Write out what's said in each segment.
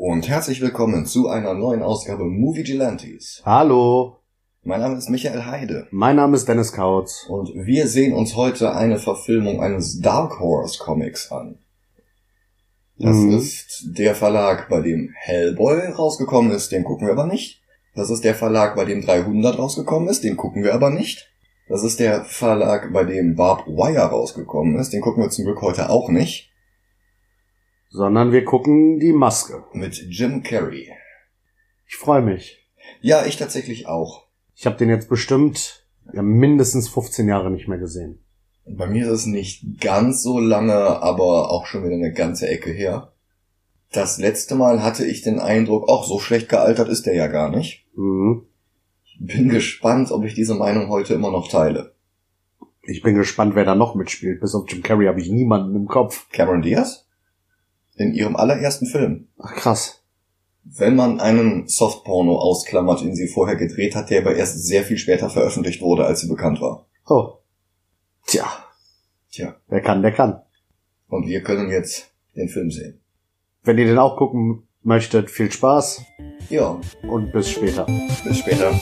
und herzlich willkommen zu einer neuen Ausgabe Movie Gelantes. Hallo. Mein Name ist Michael Heide. Mein Name ist Dennis Kautz. Und wir sehen uns heute eine Verfilmung eines Dark Horse Comics an. Das ist der Verlag, bei dem Hellboy rausgekommen ist, den gucken wir aber nicht. Das ist der Verlag, bei dem 300 rausgekommen ist, den gucken wir aber nicht. Das ist der Verlag, bei dem Barbed Wire rausgekommen ist, den gucken wir zum Glück heute auch nicht. Sondern wir gucken Die Maske. Mit Jim Carrey. Ich freue mich. Ja, ich tatsächlich auch. Ich habe den jetzt bestimmt mindestens 15 Jahre nicht mehr gesehen. Bei mir ist es nicht ganz so lange, aber auch schon wieder eine ganze Ecke her. Das letzte Mal hatte ich den Eindruck, ach, so schlecht gealtert ist der ja gar nicht. Ich bin gespannt, ob ich diese Meinung heute immer noch teile. Ich bin gespannt, wer da noch mitspielt. Bis auf Jim Carrey habe ich niemanden im Kopf. Cameron Diaz? In ihrem allerersten Film. Ach, krass. Wenn man einen Softporno ausklammert, den sie vorher gedreht hat, der aber erst sehr viel später veröffentlicht wurde, als sie bekannt war. Oh. Tja. Wer kann, der kann. Und wir können jetzt den Film sehen. Wenn ihr den auch gucken möchtet, viel Spaß. Ja. Und bis später. Bis später.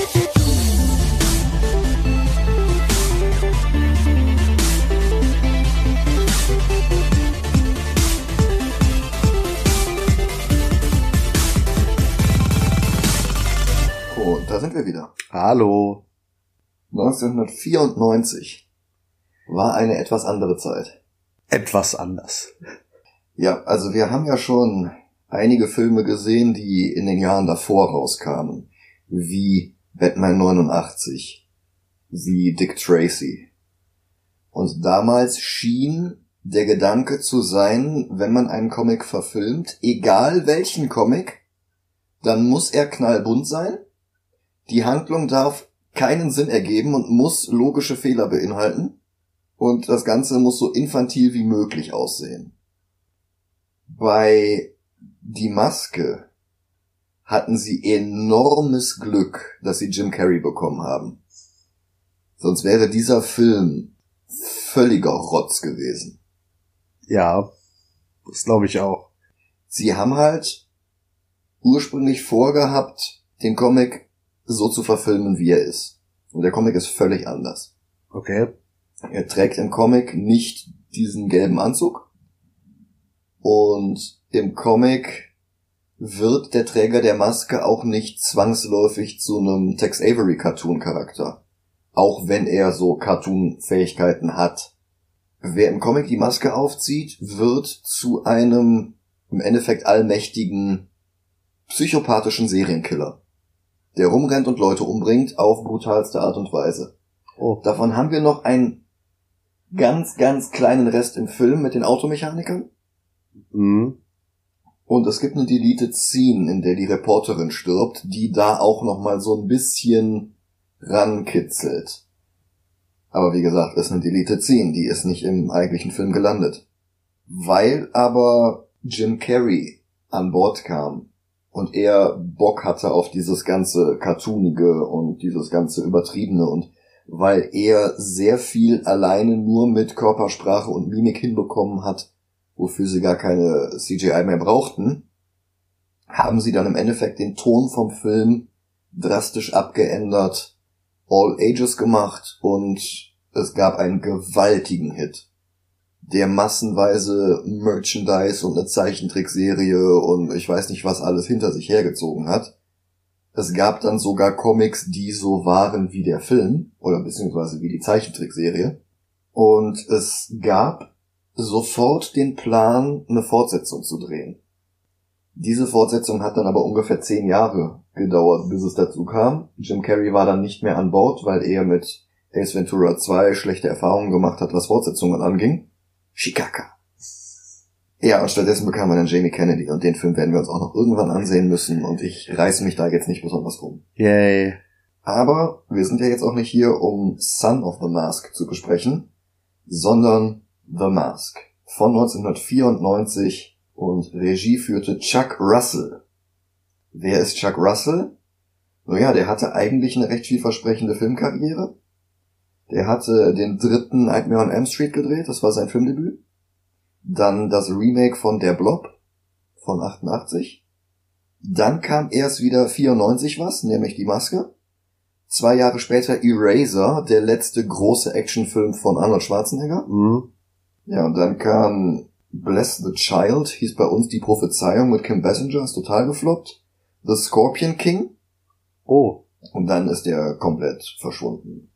Und da sind wir wieder. Hallo. 1994 war eine etwas andere Zeit. Etwas anders. Ja, also wir haben ja schon einige Filme gesehen, die in den Jahren davor rauskamen. Wie Batman 89, wie Dick Tracy. Und damals schien der Gedanke zu sein, wenn man einen Comic verfilmt, egal welchen Comic, dann muss er knallbunt sein. Die Handlung darf keinen Sinn ergeben und muss logische Fehler beinhalten. Und das Ganze muss so infantil wie möglich aussehen. Bei Die Maske hatten sie enormes Glück, dass sie Jim Carrey bekommen haben. Sonst wäre dieser Film völliger Rotz gewesen. Ja, das glaube ich auch. Sie haben halt ursprünglich vorgehabt, den Comic so zu verfilmen, wie er ist. Und der Comic ist völlig anders. Okay. Er trägt im Comic nicht diesen gelben Anzug. Und im Comic wird der Träger der Maske auch nicht zwangsläufig zu einem Tex Avery Cartoon Charakter. Auch wenn er so Cartoon-Fähigkeiten hat. Wer im Comic die Maske aufzieht, wird zu einem im Endeffekt allmächtigen psychopathischen Serienkiller, der rumrennt und Leute umbringt auf brutalste Art und Weise. Oh. Davon haben wir noch einen ganz, ganz kleinen Rest im Film mit den Automechanikern. Und es gibt eine Deleted Scene, in der die Reporterin stirbt, die da auch nochmal so ein bisschen rankitzelt. Aber wie gesagt, ist eine Deleted Scene, die ist nicht im eigentlichen Film gelandet. Weil aber Jim Carrey an Bord kam und er Bock hatte auf dieses ganze Cartoonige und dieses ganze Übertriebene und weil er sehr viel alleine nur mit Körpersprache und Mimik hinbekommen hat, wofür sie gar keine CGI mehr brauchten, haben sie dann im Endeffekt den Ton vom Film drastisch abgeändert, all ages gemacht und es gab einen gewaltigen Hit, der massenweise Merchandise und eine Zeichentrickserie und ich weiß nicht was alles hinter sich hergezogen hat. Es gab dann sogar Comics, die so waren wie der Film oder beziehungsweise wie die Zeichentrickserie. Und es gab sofort den Plan, eine Fortsetzung zu drehen. Diese Fortsetzung hat dann aber ungefähr 10 Jahre gedauert, bis es dazu kam. Jim Carrey war dann nicht mehr an Bord, weil er mit Ace Ventura 2 schlechte Erfahrungen gemacht hat, was Fortsetzungen anging. Shikaka. Ja, und stattdessen bekam man dann Jamie Kennedy und den Film werden wir uns auch noch irgendwann ansehen müssen und ich reiße mich da jetzt nicht besonders drum. Yay. Aber wir sind ja jetzt auch nicht hier, um Son of the Mask zu besprechen, sondern The Mask von 1994 und Regie führte Chuck Russell. Wer ist Chuck Russell? Naja, der hatte eigentlich eine recht vielversprechende Filmkarriere. Der hatte den 3. Nightmare on Elm Street gedreht, das war sein Filmdebüt. Dann das Remake von Der Blob von 88. Dann kam erst wieder 94 was, nämlich Die Maske. 2 Jahre später Eraser, der letzte große Actionfilm von Arnold Schwarzenegger. Mhm. Ja, und dann kam Bless the Child, hieß bei uns Die Prophezeiung mit Kim Basinger, ist total gefloppt. The Scorpion King. Oh. Und dann ist der komplett verschwunden.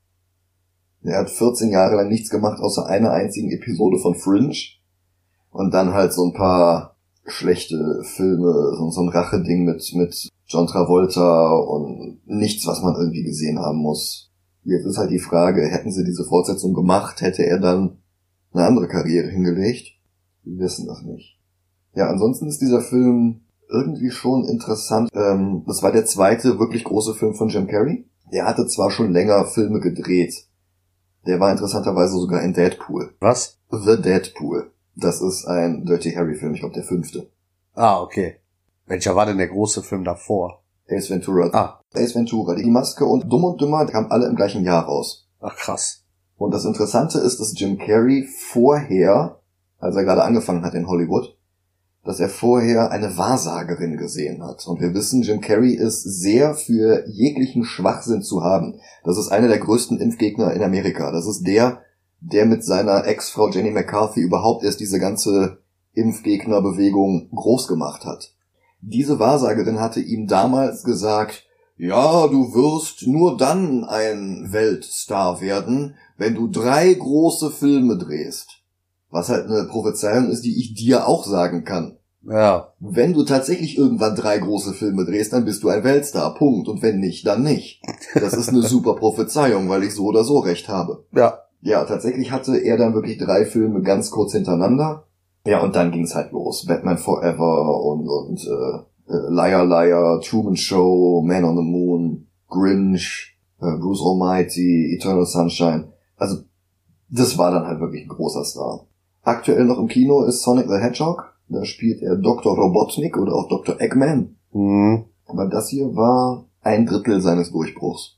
Er hat 14 Jahre lang nichts gemacht, außer einer einzigen Episode von Fringe. Und dann halt so ein paar schlechte Filme, so ein Racheding mit John Travolta und nichts, was man irgendwie gesehen haben muss. Jetzt ist halt die Frage, hätten sie diese Fortsetzung gemacht, hätte er dann eine andere Karriere hingelegt? Wir wissen das nicht. Ja, ansonsten ist dieser Film irgendwie schon interessant. Das war der zweite wirklich große Film von Jim Carrey. Der hatte zwar schon länger Filme gedreht. Der war interessanterweise sogar in Deadpool. Was? The Deadpool. Das ist ein Dirty Harry-Film, ich glaube der 5. Ah, okay. Welcher war denn der große Film davor? Ace Ventura. Ah. Ace Ventura, Die Maske und Dumm und Dümmer kamen alle im gleichen Jahr raus. Ach, krass. Und das Interessante ist, dass Jim Carrey vorher, als er gerade angefangen hat in Hollywood, dass er vorher eine Wahrsagerin gesehen hat. Und wir wissen, Jim Carrey ist sehr für jeglichen Schwachsinn zu haben. Das ist einer der größten Impfgegner in Amerika. Das ist der mit seiner Ex-Frau Jenny McCarthy überhaupt erst diese ganze Impfgegnerbewegung groß gemacht hat. Diese Wahrsagerin hatte ihm damals gesagt, ja, du wirst nur dann ein Weltstar werden, wenn du 3 große Filme drehst. Was halt eine Prophezeiung ist, die ich dir auch sagen kann. Ja. Wenn du tatsächlich irgendwann 3 große Filme drehst, dann bist du ein Weltstar, Punkt. Und wenn nicht, dann nicht. Das ist eine super Prophezeiung, weil ich so oder so recht habe. Ja. Ja, tatsächlich hatte er dann wirklich 3 Filme ganz kurz hintereinander. Ja, und dann ging's halt los. Batman Forever und Liar Liar, Truman Show, Man on the Moon, Grinch, Bruce Almighty, Eternal Sunshine. Also, das war dann halt wirklich ein großer Star. Aktuell noch im Kino ist Sonic the Hedgehog. Da spielt er Dr. Robotnik oder auch Dr. Eggman. Mhm. Aber das hier war 1/3 seines Durchbruchs.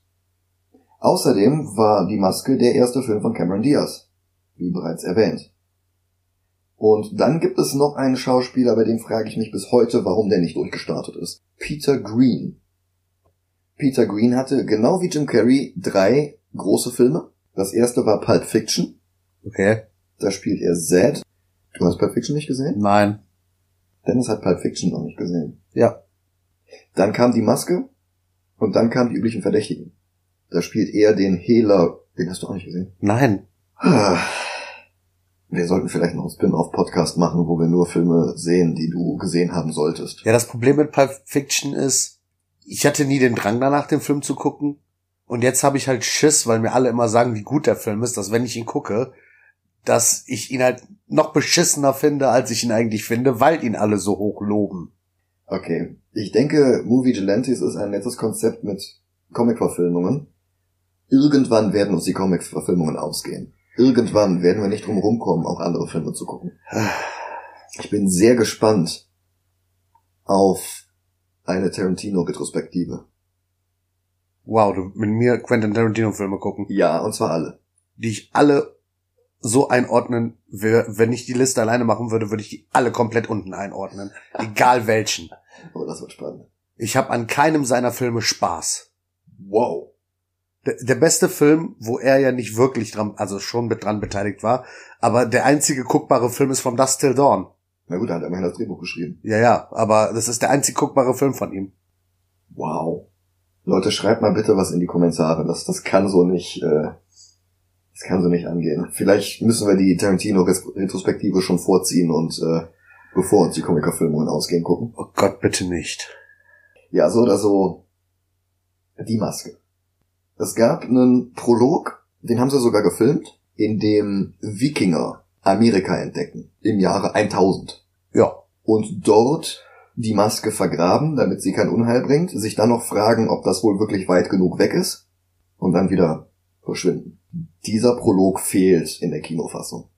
Außerdem war Die Maske der erste Film von Cameron Diaz, wie bereits erwähnt. Und dann gibt es noch einen Schauspieler, bei dem frage ich mich bis heute, warum der nicht durchgestartet ist. Peter Green. Peter Green hatte, genau wie Jim Carrey, 3 große Filme. Das erste war Pulp Fiction. Okay. Da spielt er Zed. Du hast Pulp Fiction nicht gesehen? Nein. Dennis hat Pulp Fiction noch nicht gesehen. Ja. Dann kam Die Maske und dann kamen Die üblichen Verdächtigen. Da spielt er den Hehler. Den hast du auch nicht gesehen? Nein. Wir sollten vielleicht noch einen Spin-off-Podcast machen, wo wir nur Filme sehen, die du gesehen haben solltest. Ja, das Problem mit Pulp Fiction ist, ich hatte nie den Drang danach, den Film zu gucken. Und jetzt habe ich halt Schiss, weil mir alle immer sagen, wie gut der Film ist, dass wenn ich ihn gucke, dass ich ihn halt noch beschissener finde, als ich ihn eigentlich finde, weil ihn alle so hoch loben. Okay. Ich denke, Movie Vigilantes ist ein nettes Konzept mit Comic-Verfilmungen. Irgendwann werden uns die Comic-Verfilmungen ausgehen. Irgendwann werden wir nicht drum rumkommen, auch andere Filme zu gucken. Ich bin sehr gespannt auf eine Tarantino-Retrospektive. Wow, du mit mir Quentin Tarantino-Filme gucken. Ja, und zwar alle. Die ich alle so einordnen, wenn ich die Liste alleine machen würde, würde ich die alle komplett unten einordnen. Egal welchen. Oh, das wird spannend. Ich habe an keinem seiner Filme Spaß. Wow. Der beste Film, wo er ja nicht wirklich dran, also schon mit dran beteiligt war, aber der einzige guckbare Film ist From Dusk Till Dawn. Na gut, er hat immerhin das Drehbuch geschrieben. Ja, aber das ist der einzig guckbare Film von ihm. Wow. Leute, schreibt mal bitte was in die Kommentare. Das kann so nicht, das kann so nicht angehen. Vielleicht müssen wir die Tarantino-Retrospektive schon vorziehen und bevor uns die Comic-Verfilmungen ausgehen, gucken. Oh Gott, bitte nicht. Ja, so oder so. Die Maske. Es gab einen Prolog, den haben sie sogar gefilmt, in dem Wikinger Amerika entdecken, im Jahre 1000. Ja. Und dort die Maske vergraben, damit sie kein Unheil bringt, sich dann noch fragen, ob das wohl wirklich weit genug weg ist und dann wieder verschwinden. Dieser Prolog fehlt in der Kinofassung.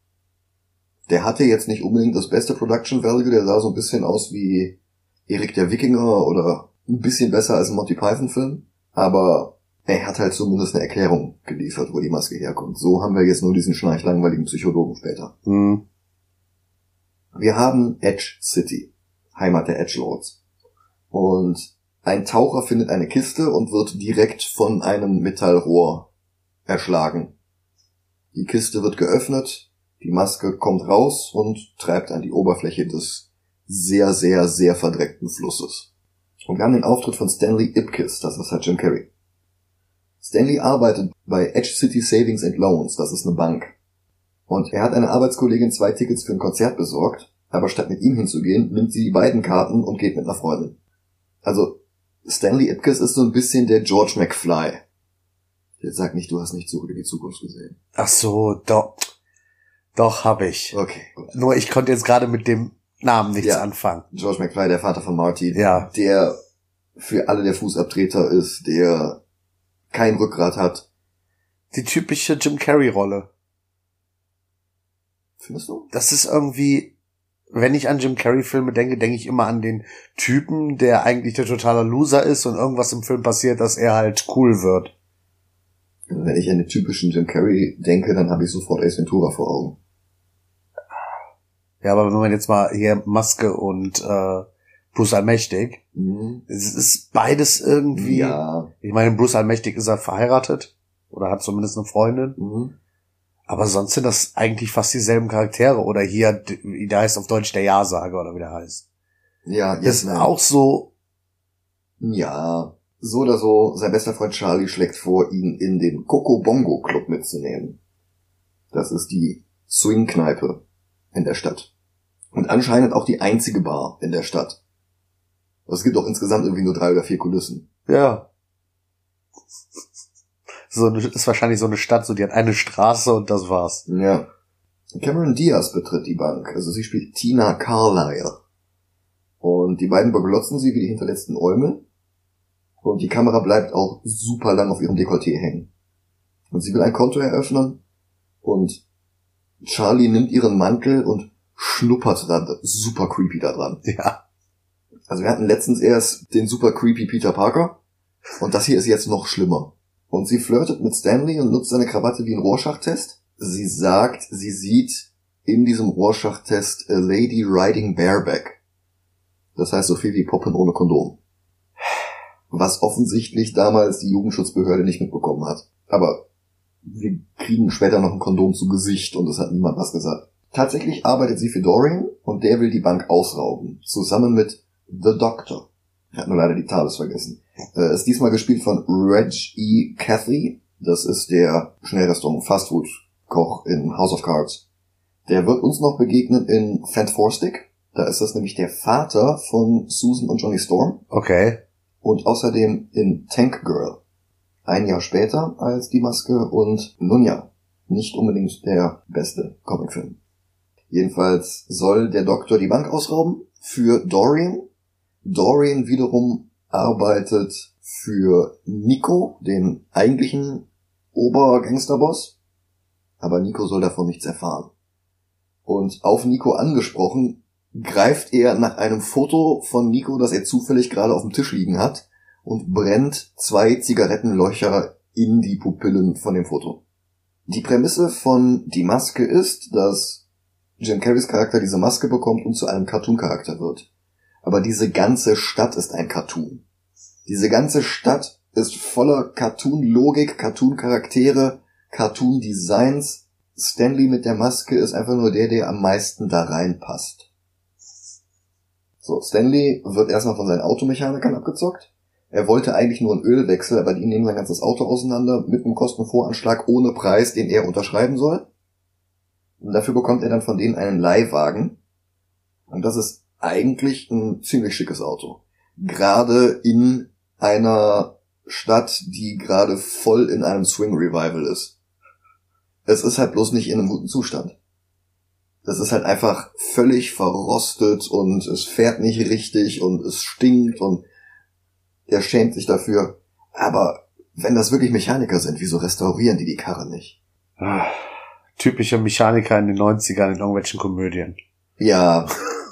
Der hatte jetzt nicht unbedingt das beste Production Value, der sah so ein bisschen aus wie Erik der Wikinger oder ein bisschen besser als ein Monty Python Film, aber er hat halt zumindest eine Erklärung geliefert, wo die Maske herkommt. So haben wir jetzt nur diesen schnarchlangweiligen Psychologen später. Wir haben Edge City, Heimat der Edgelords. Und ein Taucher findet eine Kiste und wird direkt von einem Metallrohr erschlagen. Die Kiste wird geöffnet, die Maske kommt raus und treibt an die Oberfläche des sehr, sehr, sehr verdreckten Flusses. Und wir haben den Auftritt von Stanley Ipkiss, das ist halt Jim Carrey. Stanley arbeitet bei Edge City Savings and Loans, das ist eine Bank. Und er hat einer Arbeitskollegin 2 Tickets für ein Konzert besorgt, aber statt mit ihm hinzugehen, nimmt sie die beiden Karten und geht mit einer Freundin. Also, Stanley Ipkiss ist so ein bisschen der George McFly. Jetzt sag nicht, du hast nicht Zurück in die Zukunft gesehen. Ach so, doch hab ich. Okay, gut. Nur ich konnte jetzt gerade mit dem Namen nichts anfangen. George McFly, der Vater von Marty, ja, der für alle der Fußabtreter ist, der kein Rückgrat hat. Die typische Jim Carrey-Rolle. Findest du? Das ist irgendwie, wenn ich an Jim Carrey-Filme denke, denke ich immer an den Typen, der eigentlich der totale Loser ist und irgendwas im Film passiert, dass er halt cool wird. Wenn ich an den typischen Jim Carrey denke, dann habe ich sofort Ace Ventura vor Augen. Ja, aber wenn man jetzt mal hier Maske und Bruce Allmächtig, Mhm. es ist beides irgendwie. Ja. Ich meine, Bruce Allmächtig ist halt verheiratet oder hat zumindest eine Freundin. Mhm. Aber sonst sind das eigentlich fast dieselben Charaktere. Oder hier, wie der heißt auf Deutsch, der Ja-Sager oder wie der heißt. Ja, Das jetzt ist auch so. Ja, so oder so, sein bester Freund Charlie schlägt vor, ihn in den Coco Bongo Club mitzunehmen. Das ist die Swing-Kneipe in der Stadt. Und anscheinend auch die einzige Bar in der Stadt. Es gibt auch insgesamt irgendwie nur 3 oder 4 Kulissen. Ja. So ist wahrscheinlich so eine Stadt, so die hat eine Straße und das war's. Ja. Cameron Diaz betritt die Bank. Also sie spielt Tina Carlyle. Und die beiden beglotzen sie wie die hinterletzten Eumel. Und die Kamera bleibt auch super lang auf ihrem Dekolleté hängen. Und sie will ein Konto eröffnen. Und Charlie nimmt ihren Mantel und schnuppert da super creepy da dran. Ja. Also wir hatten letztens erst den super creepy Peter Parker. Und das hier ist jetzt noch schlimmer. Und sie flirtet mit Stanley und nutzt seine Krawatte wie ein Rorschach-Test. Sie sagt, sie sieht in diesem Rorschach-Test a lady riding bareback. Das heißt so viel wie Poppen ohne Kondom. Was offensichtlich damals die Jugendschutzbehörde nicht mitbekommen hat. Aber wir kriegen später noch ein Kondom zu Gesicht und es hat niemand was gesagt. Tatsächlich arbeitet sie für Dorian und der will die Bank ausrauben. Zusammen mit The Doctor. Ich habe nur leider die Tabs vergessen. Ist diesmal gespielt von Reg E. Cathy. Das ist der Schnellrestaurant-Fastfood-Koch in House of Cards. Der wird uns noch begegnen in Fantastic. Da ist das nämlich der Vater von Susan und Johnny Storm. Okay. Und außerdem in Tank Girl. Ein Jahr später als Die Maske und nun ja, nicht unbedingt der beste Comicfilm. Jedenfalls soll der Doktor die Bank ausrauben für Dorian. Dorian wiederum arbeitet für Nico, den eigentlichen Obergangsterboss. Aber Nico soll davon nichts erfahren. Und auf Nico angesprochen, greift er nach einem Foto von Nico, das er zufällig gerade auf dem Tisch liegen hat, und brennt 2 Zigarettenlöcher in die Pupillen von dem Foto. Die Prämisse von Die Maske ist, dass Jim Carreys Charakter diese Maske bekommt und zu einem Cartoon-Charakter wird. Aber diese ganze Stadt ist ein Cartoon. Diese ganze Stadt ist voller Cartoon-Logik, Cartoon-Charaktere, Cartoon-Designs. Stanley mit der Maske ist einfach nur der am meisten da reinpasst. So, Stanley wird erstmal von seinen Automechanikern abgezockt. Er wollte eigentlich nur einen Ölwechsel, aber die nehmen sein ganzes Auto auseinander mit einem Kostenvoranschlag ohne Preis, den er unterschreiben soll. Und dafür bekommt er dann von denen einen Leihwagen. Und das ist eigentlich ein ziemlich schickes Auto. Gerade in einer Stadt, die gerade voll in einem Swing-Revival ist. Es ist halt bloß nicht in einem guten Zustand. Das ist halt einfach völlig verrostet und es fährt nicht richtig und es stinkt und er schämt sich dafür. Aber wenn das wirklich Mechaniker sind, wieso restaurieren die Karre nicht? Typische Mechaniker in den 90ern in irgendwelchen Komödien. Ja.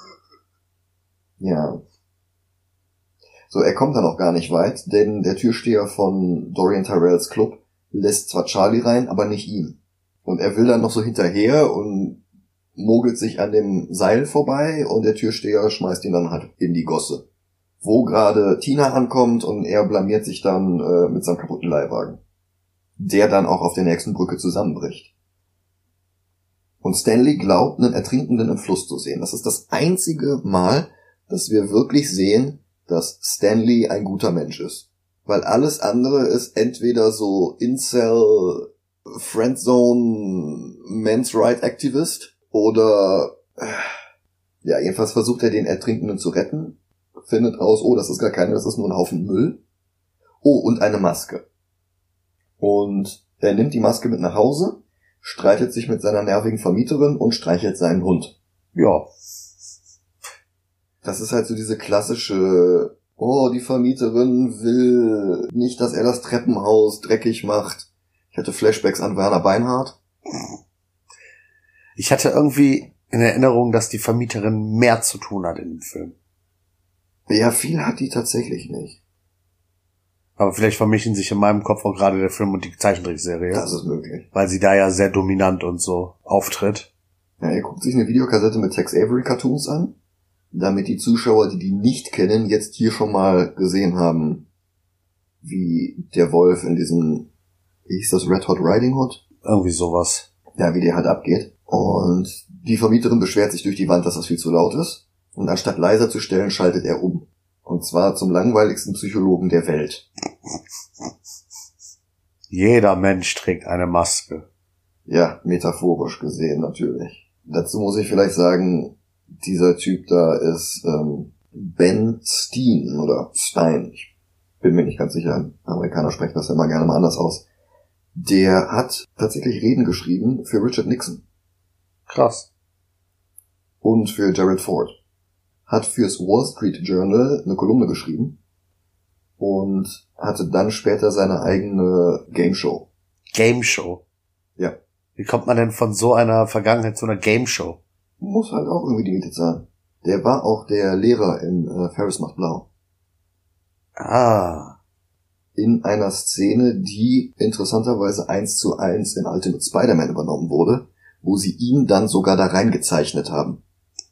Ja. So, er kommt dann auch gar nicht weit, denn der Türsteher von Dorian Tyrells Club lässt zwar Charlie rein, aber nicht ihn. Und er will dann noch so hinterher und mogelt sich an dem Seil vorbei und der Türsteher schmeißt ihn dann halt in die Gosse. wo gerade Tina ankommt und er blamiert sich dann mit seinem kaputten Leihwagen, der dann auch auf der nächsten Brücke zusammenbricht. Und Stanley glaubt, einen Ertrinkenden im Fluss zu sehen. Das ist das einzige Mal, dass wir wirklich sehen, dass Stanley ein guter Mensch ist. Weil alles andere ist entweder so Incel, Friendzone, Men's Right Activist oder ja, jedenfalls versucht er den Ertrinkenden zu retten, findet raus, oh, das ist gar keiner, das ist nur ein Haufen Müll. Oh, und eine Maske. Und er nimmt die Maske mit nach Hause, streitet sich mit seiner nervigen Vermieterin und streichelt seinen Hund. Ja. Das ist halt so diese klassische, oh, die Vermieterin will nicht, dass er das Treppenhaus dreckig macht. Ich hatte Flashbacks an Werner Beinhardt. Ich hatte irgendwie in Erinnerung, dass die Vermieterin mehr zu tun hat in dem Film. Ja, viel hat die tatsächlich nicht. Aber vielleicht vermischen sich in meinem Kopf auch gerade der Film und die Zeichentrickserie. Das ist möglich. Weil sie da ja sehr dominant und so auftritt. Ja, er guckt sich eine Videokassette mit Tex Avery Cartoons an, damit die Zuschauer, die die nicht kennen, jetzt hier schon mal gesehen haben, wie der Wolf in diesem, wie hieß das, Red Hot Riding Hood? Irgendwie sowas. Ja, wie der halt abgeht. Und die Vermieterin beschwert sich durch die Wand, dass das viel zu laut ist. Und anstatt leiser zu stellen, schaltet er um. Und zwar zum langweiligsten Psychologen der Welt. Jeder Mensch trägt eine Maske. Ja, metaphorisch gesehen natürlich. Dazu muss ich vielleicht sagen, dieser Typ da ist Ben Steen oder Stein. Ich bin mir nicht ganz sicher. Amerikaner sprechen das ja immer gerne mal anders aus. Der hat tatsächlich Reden geschrieben für Richard Nixon. Krass. Und für Gerald Ford. Hat fürs Wall Street Journal eine Kolumne geschrieben und hatte dann später seine eigene Game Show. Game Show? Ja. Wie kommt man denn von so einer Vergangenheit zu einer Game Show? Muss halt auch irgendwie die Miete zahlen. Der war auch der Lehrer in Ferris macht blau. Ah. In einer Szene, die interessanterweise 1:1 in Ultimate Spider-Man übernommen wurde, wo sie ihn dann sogar da reingezeichnet haben.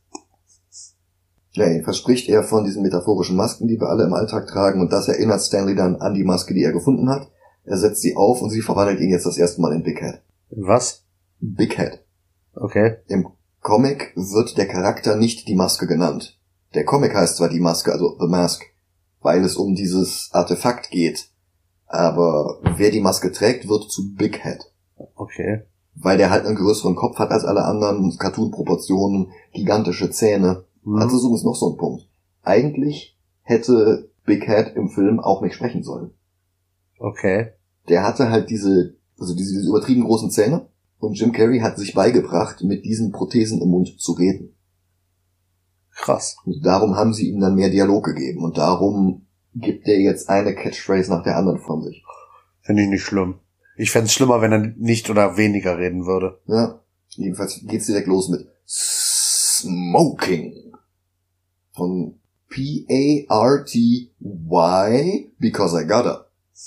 Ja, jedenfalls spricht er von diesen metaphorischen Masken, die wir alle im Alltag tragen, und das erinnert Stanley dann an die Maske, die er gefunden hat. Er setzt sie auf und sie verwandelt ihn jetzt das erste Mal in Big Head. Was? Big Head. Okay. Im Comic wird der Charakter nicht die Maske genannt. Der Comic heißt zwar die Maske, also The Mask, weil es um dieses Artefakt geht, aber wer die Maske trägt, wird zu Big Head. Okay. Weil der halt einen größeren Kopf hat als alle anderen, Cartoon-Proportionen, gigantische Zähne. Also so ist noch so ein Punkt. Eigentlich hätte Big Head im Film auch nicht sprechen sollen. Okay. Der hatte halt diese übertrieben großen Zähne und Jim Carrey hat sich beigebracht, mit diesen Prothesen im Mund zu reden. Krass. Und darum haben sie ihm dann mehr Dialog gegeben und darum gibt er jetzt eine Catchphrase nach der anderen von sich. Finde ich nicht schlimm. Ich fände es schlimmer, wenn er nicht oder weniger reden würde. Ja, jedenfalls geht's direkt los mit Smoking. Von P-A-R-T-Y, because I gotta.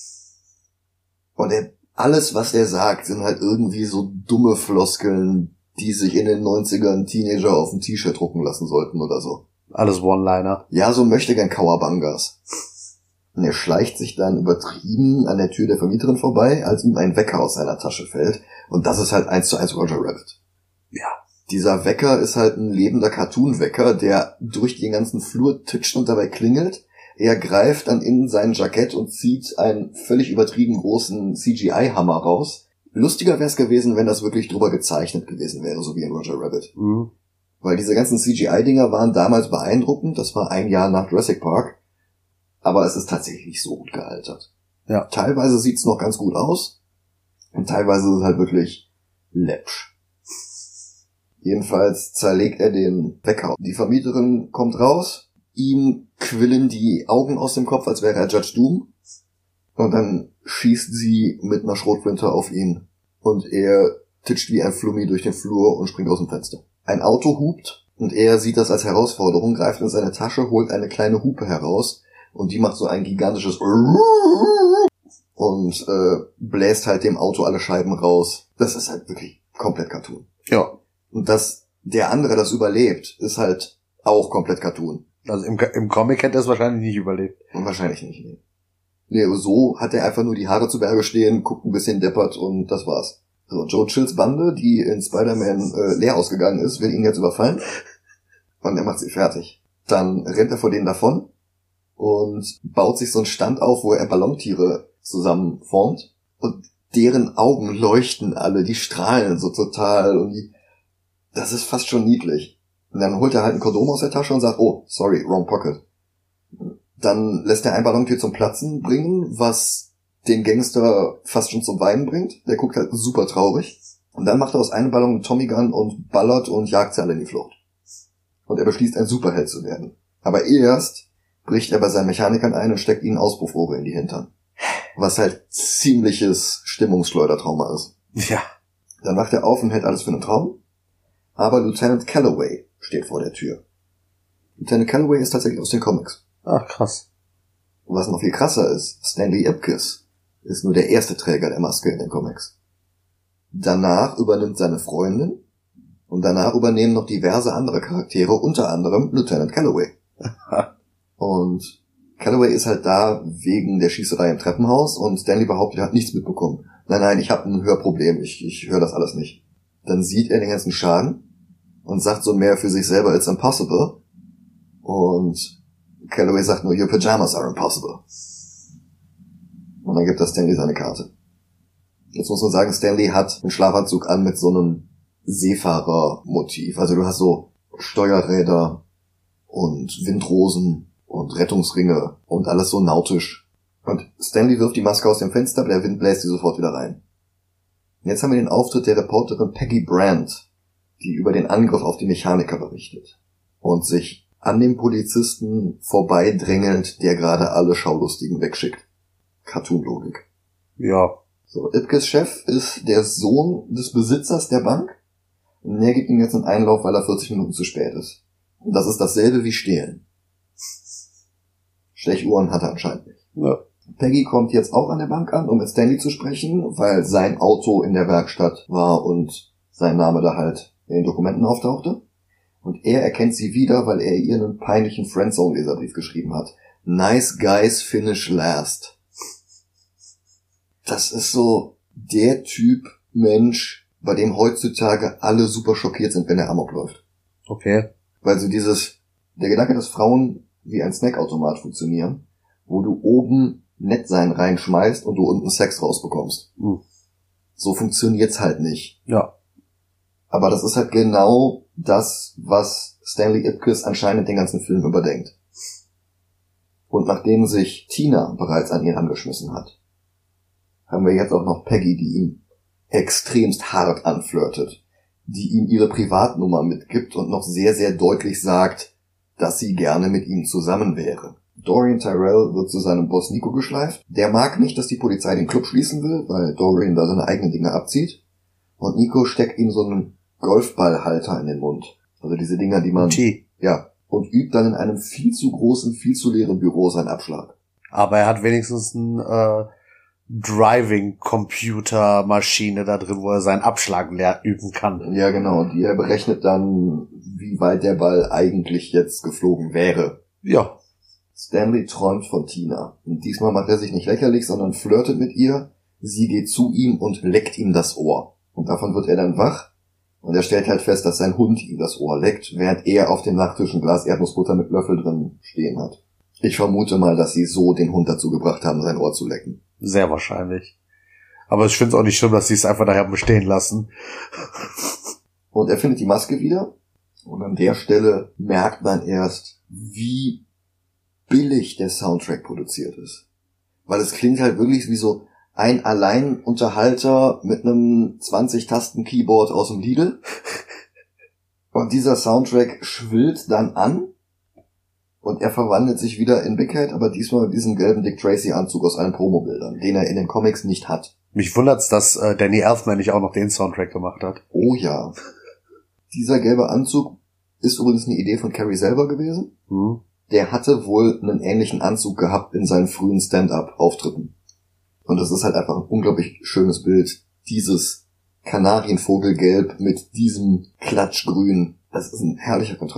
Und alles, was er sagt, sind halt irgendwie so dumme Floskeln, die sich in den 90ern Teenager auf ein T-Shirt drucken lassen sollten oder so. Alles One-Liner. Ja, so möchte gern Kauerbangas. Und er schleicht sich dann übertrieben an der Tür der Vermieterin vorbei, als ihm ein Wecker aus seiner Tasche fällt. Und das ist halt 1:1 Roger Rabbit. Ja. Dieser Wecker ist halt ein lebender Cartoon-Wecker, der durch den ganzen Flur titscht und dabei klingelt. Er greift dann in sein Jackett und zieht einen völlig übertrieben großen CGI-Hammer raus. Lustiger wäre es gewesen, wenn das wirklich drüber gezeichnet gewesen wäre, so wie in Roger Rabbit. Mhm. Weil diese ganzen CGI-Dinger waren damals beeindruckend. Das war ein Jahr nach Jurassic Park. Aber es ist tatsächlich nicht so gut gealtert. Ja. Teilweise sieht's noch ganz gut aus. Und teilweise ist es halt wirklich läppsch. Jedenfalls zerlegt er den Wecker. Die Vermieterin kommt raus. Ihm quillen die Augen aus dem Kopf, als wäre er Judge Doom. Und dann schießt sie mit einer Schrotflinte auf ihn. Und er titscht wie ein Flummi durch den Flur und springt aus dem Fenster. Ein Auto hupt und er sieht das als Herausforderung, greift in seine Tasche, holt eine kleine Hupe heraus und die macht so ein gigantisches und bläst halt dem Auto alle Scheiben raus. Das ist halt wirklich komplett Cartoon. Ja. Und dass der andere das überlebt, ist halt auch komplett Cartoon. Also im Comic hätte er es wahrscheinlich nicht überlebt. Wahrscheinlich nicht, nee. Nee, so hat er einfach nur die Haare zu Berge stehen, guckt ein bisschen deppert und das war's. So, Joe Chills Bande, die in Spider-Man leer ausgegangen ist, will ihn jetzt überfallen. Und er macht sie fertig. Dann rennt er vor denen davon und baut sich so einen Stand auf, wo er Ballontiere zusammenformt. Und deren Augen leuchten alle, die strahlen so total und das ist fast schon niedlich. Und dann holt er halt ein Kondom aus der Tasche und sagt, oh, sorry, wrong pocket. Dann lässt er ein Ballontier zum Platzen bringen, was den Gangster fast schon zum Weinen bringt. Der guckt halt super traurig. Und dann macht er aus einem Ballon eine Tommy Gun und ballert und jagt sie alle in die Flucht. Und er beschließt, ein Superheld zu werden. Aber erst bricht er bei seinen Mechanikern ein und steckt ihnen Auspuffrohre in die Hintern. Was halt ziemliches Stimmungsschleudertrauma ist. Ja. Dann wacht er auf und hält alles für einen Traum. Aber Lieutenant Calloway steht vor der Tür. Lieutenant Calloway ist tatsächlich aus den Comics. Ach, krass. Und was noch viel krasser ist, Stanley Ipkiss ist nur der erste Träger der Maske in den Comics. Danach übernimmt seine Freundin und danach übernehmen noch diverse andere Charaktere, unter anderem Lieutenant Calloway. Und Calloway ist halt da wegen der Schießerei im Treppenhaus und Stanley behauptet, er hat nichts mitbekommen. Nein, ich habe ein Hörproblem, ich höre das alles nicht. Dann sieht er den ganzen Schaden und sagt so mehr für sich selber, it's impossible. Und Calloway sagt nur, your pajamas are impossible. Und dann gibt er Stanley seine Karte. Jetzt muss man sagen, Stanley hat einen Schlafanzug an mit so einem Seefahrermotiv. Also du hast so Steuerräder und Windrosen und Rettungsringe und alles so nautisch. Und Stanley wirft die Maske aus dem Fenster, der Wind bläst sie sofort wieder rein. Und jetzt haben wir den Auftritt der Reporterin Peggy Brandt, die über den Angriff auf die Mechaniker berichtet und sich an dem Polizisten vorbeidrängelt, der gerade alle Schaulustigen wegschickt. Cartoon-Logik. Ja. So, Ipkes Chef ist der Sohn des Besitzers der Bank und der gibt ihm jetzt einen Einlauf, weil er 40 Minuten zu spät ist. Und das ist dasselbe wie Stehlen. Stechuhren hat er anscheinend nicht. Ja. Peggy kommt jetzt auch an der Bank an, um mit Stanley zu sprechen, weil sein Auto in der Werkstatt war und sein Name da halt in den Dokumenten auftauchte. Und er erkennt sie wieder, weil er ihr einen peinlichen Friendzone-Leserbrief geschrieben hat. Nice guys finish last. Das ist so der Typ Mensch, bei dem heutzutage alle super schockiert sind, wenn er Amok läuft. Okay. Weil so der Gedanke, dass Frauen wie ein Snackautomat funktionieren, wo du oben Nettsein reinschmeißt und du unten Sex rausbekommst. So funktioniert's halt nicht. Ja. Aber das ist halt genau das, was Stanley Ipkiss anscheinend den ganzen Film überdenkt. Und nachdem sich Tina bereits an ihn angeschmissen hat, haben wir jetzt auch noch Peggy, die ihn extremst hart anflirtet, die ihm ihre Privatnummer mitgibt und noch sehr, sehr deutlich sagt, dass sie gerne mit ihm zusammen wäre. Dorian Tyrell wird zu seinem Boss Nico geschleift. Der mag nicht, dass die Polizei den Club schließen will, weil Dorian da seine eigenen Dinge abzieht. Und Nico steckt ihm so einen Golfballhalter in den Mund. Also diese Dinger, die man... Ja. Und übt dann in einem viel zu großen, viel zu leeren Büro seinen Abschlag. Aber er hat wenigstens ein Driving-Computer-Maschine da drin, wo er seinen Abschlag leer üben kann. Ja, genau. Die er berechnet dann, wie weit der Ball eigentlich jetzt geflogen wäre. Ja. Stanley träumt von Tina. Und diesmal macht er sich nicht lächerlich, sondern flirtet mit ihr. Sie geht zu ihm und leckt ihm das Ohr. Und davon wird er dann wach. Und er stellt halt fest, dass sein Hund ihm das Ohr leckt, während er auf dem Nachttisch ein Glas Erdnussbutter mit Löffel drin stehen hat. Ich vermute mal, dass sie so den Hund dazu gebracht haben, sein Ohr zu lecken. Sehr wahrscheinlich. Aber ich finde es auch nicht schlimm, dass sie es einfach daher bestehen lassen. Und er findet die Maske wieder. Und an der Stelle merkt man erst, wie billig der Soundtrack produziert ist. Weil es klingt halt wirklich wie so ein Alleinunterhalter mit einem 20-Tasten-Keyboard aus dem Lidl. Und dieser Soundtrack schwillt dann an. Und er verwandelt sich wieder in Big Head, aber diesmal mit diesem gelben Dick Tracy-Anzug aus allen Promobildern, den er in den Comics nicht hat. Mich wundert's, dass Danny Elfman nicht auch noch den Soundtrack gemacht hat. Oh ja. Dieser gelbe Anzug ist übrigens eine Idee von Carrey selber gewesen. Der hatte wohl einen ähnlichen Anzug gehabt in seinen frühen Stand-up-Auftritten. Und das ist halt einfach ein unglaublich schönes Bild. Dieses Kanarienvogelgelb mit diesem Klatschgrün. Das ist ein herrlicher Kontrast.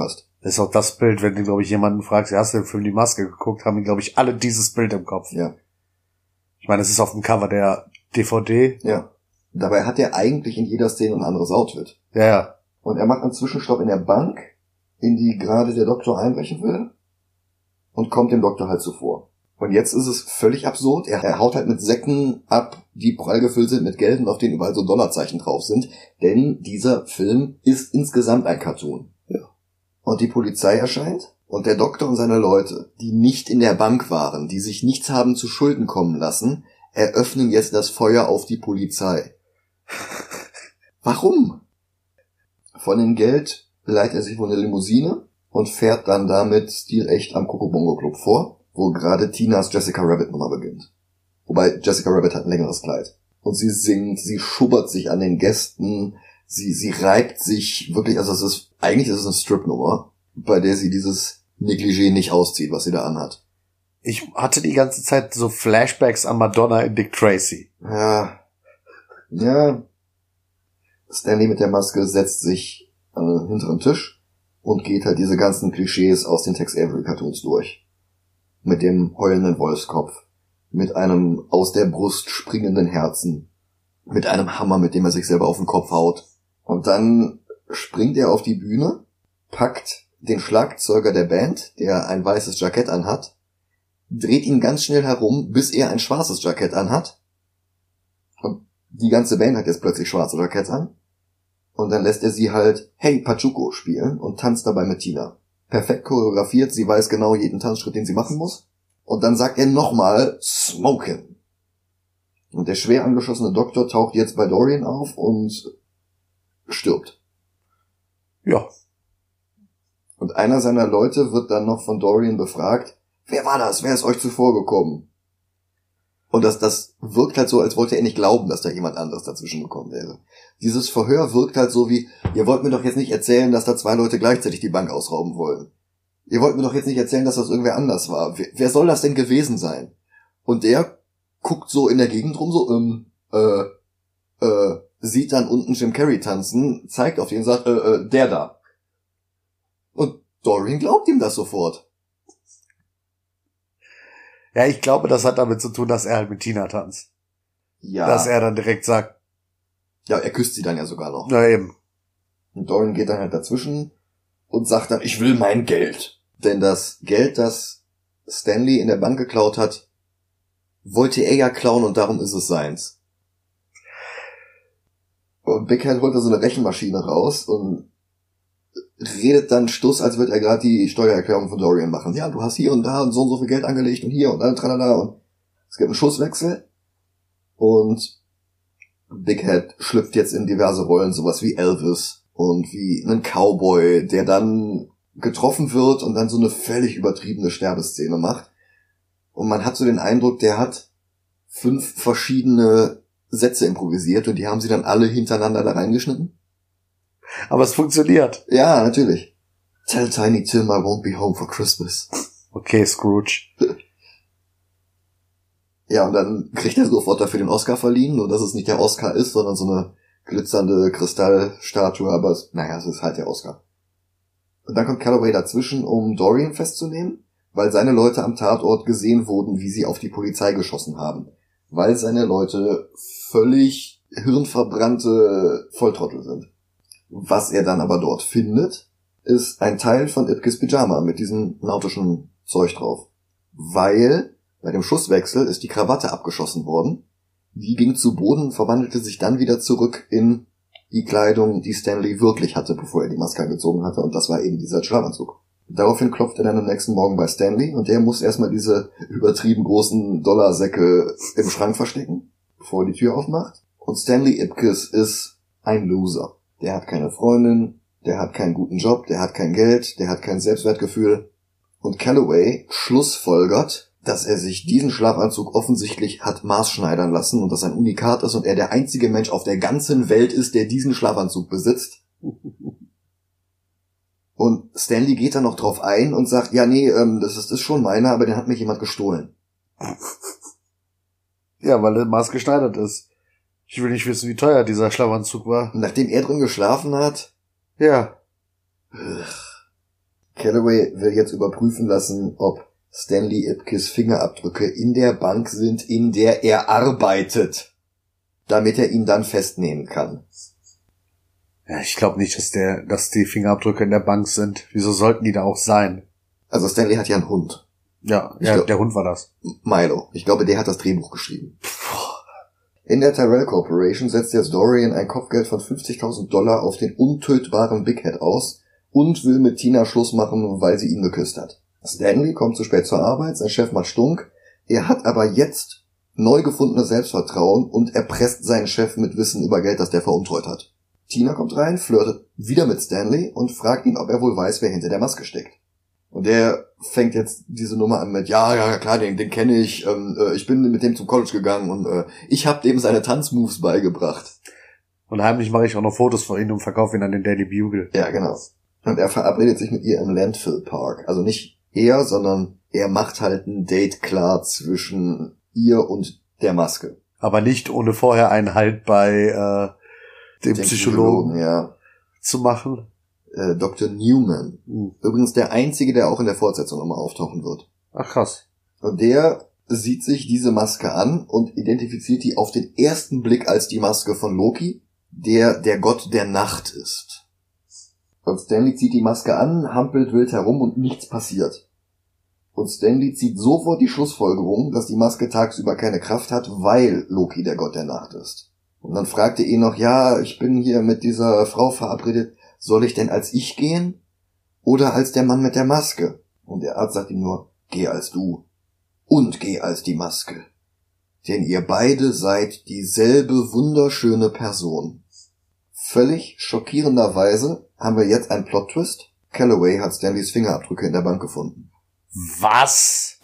Das ist auch das Bild, wenn du, glaube ich, jemanden fragst, hast du den Film Die Maske geguckt, haben die, glaube ich, alle dieses Bild im Kopf. Ja. Ich meine, es ist auf dem Cover der DVD. Ja. Dabei hat er eigentlich in jeder Szene ein anderes Outfit. Ja, ja. Und er macht einen Zwischenstopp in der Bank, in die gerade der Doktor einbrechen will, und kommt dem Doktor halt zuvor. Und jetzt ist es völlig absurd. Er haut halt mit Säcken ab, die prall gefüllt sind mit Geld und auf denen überall so Dollarzeichen drauf sind. Denn dieser Film ist insgesamt ein Cartoon. Ja. Und die Polizei erscheint und der Doktor und seine Leute, die nicht in der Bank waren, die sich nichts haben zu Schulden kommen lassen, eröffnen jetzt das Feuer auf die Polizei. Warum? Von dem Geld leiht er sich wohl eine Limousine und fährt dann damit stilecht am Coco-Bongo Club vor, wo gerade Tinas Jessica Rabbit Nummer beginnt. Wobei Jessica Rabbit hat ein längeres Kleid. Und sie singt, sie schubbert sich an den Gästen, sie reibt sich wirklich, also eigentlich ist es eine Strip-Nummer, bei der sie dieses Negligé nicht auszieht, was sie da anhat. Ich hatte die ganze Zeit so Flashbacks an Madonna in Dick Tracy. Ja. Stanley mit der Maske setzt sich an den hinteren Tisch und geht halt diese ganzen Klischees aus den Tex Avery Cartoons durch. Mit dem heulenden Wolfskopf, mit einem aus der Brust springenden Herzen, mit einem Hammer, mit dem er sich selber auf den Kopf haut. Und dann springt er auf die Bühne, packt den Schlagzeuger der Band, der ein weißes Jackett anhat, dreht ihn ganz schnell herum, bis er ein schwarzes Jackett anhat. Und die ganze Band hat jetzt plötzlich schwarze Jacketts an. Und dann lässt er sie halt Hey Pachuco spielen und tanzt dabei mit Tina. Perfekt choreografiert, sie weiß genau jeden Tanzschritt, den sie machen muss. Und dann sagt er nochmal Smokin'. Und der schwer angeschossene Doktor taucht jetzt bei Dorian auf und stirbt. Ja. Und einer seiner Leute wird dann noch von Dorian befragt, wer war das? Wer ist euch zuvor gekommen? Und das wirkt halt so, als wollte er nicht glauben, dass da jemand anderes dazwischen gekommen wäre. Dieses Verhör wirkt halt so wie, ihr wollt mir doch jetzt nicht erzählen, dass da 2 Leute gleichzeitig die Bank ausrauben wollen. Ihr wollt mir doch jetzt nicht erzählen, dass das irgendwer anders war. Wer soll das denn gewesen sein? Und der guckt so in der Gegend rum, so, sieht dann unten Jim Carrey tanzen, zeigt auf ihn, sagt, der da. Und Dorian glaubt ihm das sofort. Ja, ich glaube, das hat damit zu tun, dass er halt mit Tina tanzt. Ja. Dass er dann direkt sagt, ja, er küsst sie dann ja sogar noch. na eben. Und Dorian geht dann halt dazwischen und sagt dann, ich will mein Geld. Denn das Geld, das Stanley in der Bank geklaut hat, wollte er ja klauen und darum ist es seins. Und Big Head holt da so eine Rechenmaschine raus und redet dann Stuss, als würde er gerade die Steuererklärung von Dorian machen. Ja, du hast hier und da und so viel Geld angelegt und hier und da, tralala. Und es gibt einen Schusswechsel und Big Head schlüpft jetzt in diverse Rollen, sowas wie Elvis und wie einen Cowboy, der dann getroffen wird und dann so eine völlig übertriebene Sterbeszene macht. Und man hat so den Eindruck, der hat 5 verschiedene Sätze improvisiert und die haben sie dann alle hintereinander da reingeschnitten. Aber es funktioniert. Ja, natürlich. Tell Tiny Tim I won't be home for Christmas. Okay, Scrooge. Ja, und dann kriegt er sofort dafür den Oscar verliehen, nur dass es nicht der Oscar ist, sondern so eine glitzernde Kristallstatue, aber es ist halt der Oscar. Und dann kommt Calloway dazwischen, um Dorian festzunehmen, weil seine Leute am Tatort gesehen wurden, wie sie auf die Polizei geschossen haben. Weil seine Leute völlig hirnverbrannte Volltrottel sind. Was er dann aber dort findet, ist ein Teil von Ipkis Pyjama mit diesem nautischen Zeug drauf. Weil bei dem Schusswechsel ist die Krawatte abgeschossen worden. Die ging zu Boden, verwandelte sich dann wieder zurück in die Kleidung, die Stanley wirklich hatte, bevor er die Maske angezogen hatte. Und das war eben dieser Schlafanzug. Daraufhin klopft er dann am nächsten Morgen bei Stanley und der muss erstmal diese übertrieben großen Dollarsäcke im Schrank verstecken, bevor er die Tür aufmacht. Und Stanley Ipkiss ist ein Loser. Der hat keine Freundin, der hat keinen guten Job, der hat kein Geld, der hat kein Selbstwertgefühl. Und Calloway schlussfolgert, dass er sich diesen Schlafanzug offensichtlich hat maßschneidern lassen und dass ein Unikat ist und er der einzige Mensch auf der ganzen Welt ist, der diesen Schlafanzug besitzt. Und Stanley geht dann noch drauf ein und sagt, ja nee, das ist schon meiner, aber den hat mir jemand gestohlen. Ja, weil er maßgeschneidert ist. Ich will nicht wissen, wie teuer dieser Schlafanzug war. Und nachdem er drin geschlafen hat, Ja. Calloway will jetzt überprüfen lassen, ob Stanley Ipkiss Fingerabdrücke in der Bank sind, in der er arbeitet, damit er ihn dann festnehmen kann. Ja, ich glaube nicht, dass die Fingerabdrücke in der Bank sind. Wieso sollten die da auch sein? Also Stanley hat ja einen Hund. Ja, der Hund war das. Milo. Ich glaube, der hat das Drehbuch geschrieben. In der Tyrell Corporation setzt jetzt Dorian ein Kopfgeld von $50.000 auf den untötbaren Big Head aus und will mit Tina Schluss machen, weil sie ihn geküsst hat. Stanley kommt zu spät zur Arbeit, sein Chef macht stunk. Er hat aber jetzt neu gefundenes Selbstvertrauen und erpresst seinen Chef mit Wissen über Geld, das der veruntreut hat. Tina kommt rein, flirtet wieder mit Stanley und fragt ihn, ob er wohl weiß, wer hinter der Maske steckt. Und der fängt jetzt diese Nummer an mit, ja, klar, den kenne ich, ich bin mit dem zum College gegangen und ich habe dem seine Tanzmoves beigebracht. Und heimlich mache ich auch noch Fotos von ihm und verkaufe ihn an den Daily Bugle. Ja, genau. Und er verabredet sich mit ihr im Landfill Park. Also nicht er, sondern er macht halt ein Date klar zwischen ihr und der Maske. Aber nicht ohne vorher einen Halt bei dem Psychologen ja. zu machen. Dr. Newman. Übrigens der einzige, der auch in der Fortsetzung nochmal auftauchen wird. Ach krass. Und der sieht sich diese Maske an und identifiziert die auf den ersten Blick als die Maske von Loki, der Gott der Nacht ist. Und Stanley zieht die Maske an, hampelt wild herum und nichts passiert. Und Stanley zieht sofort die Schlussfolgerung, dass die Maske tagsüber keine Kraft hat, weil Loki der Gott der Nacht ist. Und dann fragt er ihn noch, ja, ich bin hier mit dieser Frau verabredet, soll ich denn als ich gehen oder als der Mann mit der Maske? Und der Arzt sagt ihm nur, geh als du und geh als die Maske. Denn ihr beide seid dieselbe wunderschöne Person. Völlig schockierenderweise haben wir jetzt einen Plot-Twist. Calloway hat Stanleys Fingerabdrücke in der Bank gefunden. Was?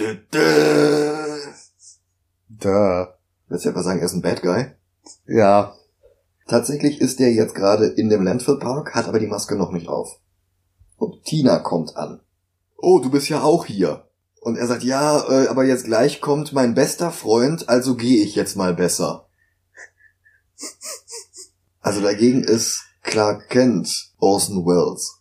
Da. Willst du etwa sagen, er ist ein Bad Guy? Ja. Tatsächlich ist er jetzt gerade in dem Landfill Park, hat aber die Maske noch nicht auf. Und Tina kommt an. Oh, du bist ja auch hier. Und er sagt, ja, aber jetzt gleich kommt mein bester Freund, also gehe ich jetzt mal besser. Also dagegen ist Clark Kent Orson Welles.